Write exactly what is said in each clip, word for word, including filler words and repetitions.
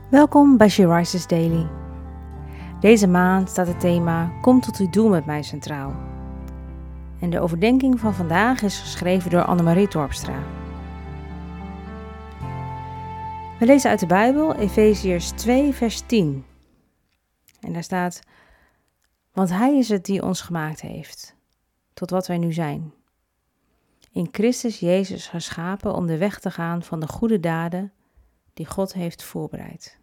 Welkom bij She Rises Daily. Deze maand staat het thema Kom tot uw doel met mij centraal. En de overdenking van vandaag is geschreven door Annemarie Torpstra. We lezen uit de Bijbel Efeziërs twee vers tien. En daar staat: Want Hij is het die ons gemaakt heeft, tot wat wij nu zijn. In Christus Jezus geschapen om de weg te gaan van de goede daden die God heeft voorbereid.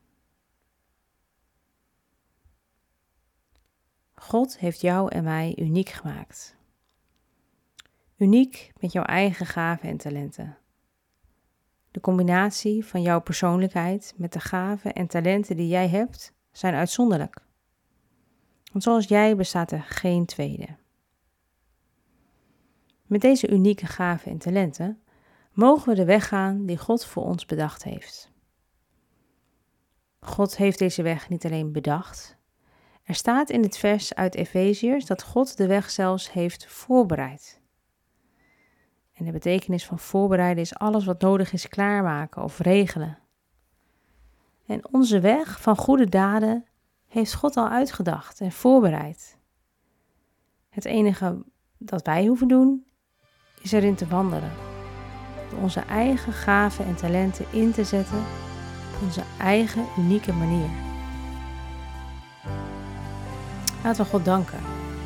God heeft jou en mij uniek gemaakt. Uniek met jouw eigen gaven en talenten. De combinatie van jouw persoonlijkheid met de gaven en talenten die jij hebt, zijn uitzonderlijk. Want zoals jij bestaat er geen tweede. Met deze unieke gaven en talenten mogen we de weg gaan die God voor ons bedacht heeft. God heeft deze weg niet alleen bedacht. Er staat in het vers uit Efeziërs dat God de weg zelfs heeft voorbereid. En de betekenis van voorbereiden is alles wat nodig is klaarmaken of regelen. En onze weg van goede daden heeft God al uitgedacht en voorbereid. Het enige dat wij hoeven doen is erin te wandelen. Door onze eigen gaven en talenten in te zetten op onze eigen unieke manier. Laten we God danken.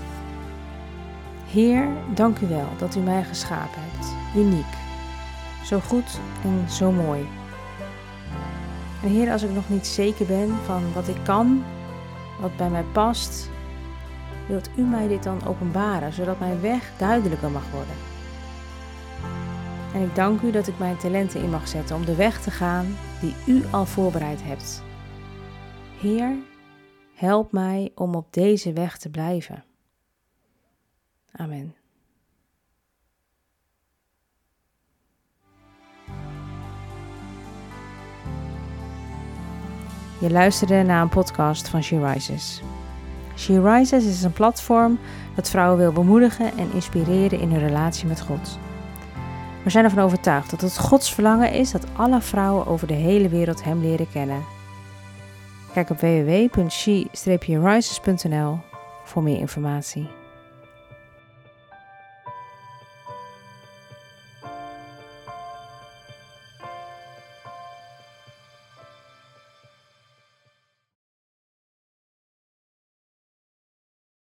Heer, dank u wel dat u mij geschapen hebt. Uniek. Zo goed en zo mooi. En Heer, als ik nog niet zeker ben van wat ik kan, wat bij mij past, wilt u mij dit dan openbaren, zodat mijn weg duidelijker mag worden. En ik dank u dat ik mijn talenten in mag zetten om de weg te gaan die u al voorbereid hebt. Heer, help mij om op deze weg te blijven. Amen. Je luisterde naar een podcast van She Rises. She Rises is een platform dat vrouwen wil bemoedigen en inspireren in hun relatie met God. We zijn ervan overtuigd dat het Gods verlangen is dat alle vrouwen over de hele wereld Hem leren kennen. Kijk op w w w punt she rises punt n l voor meer informatie.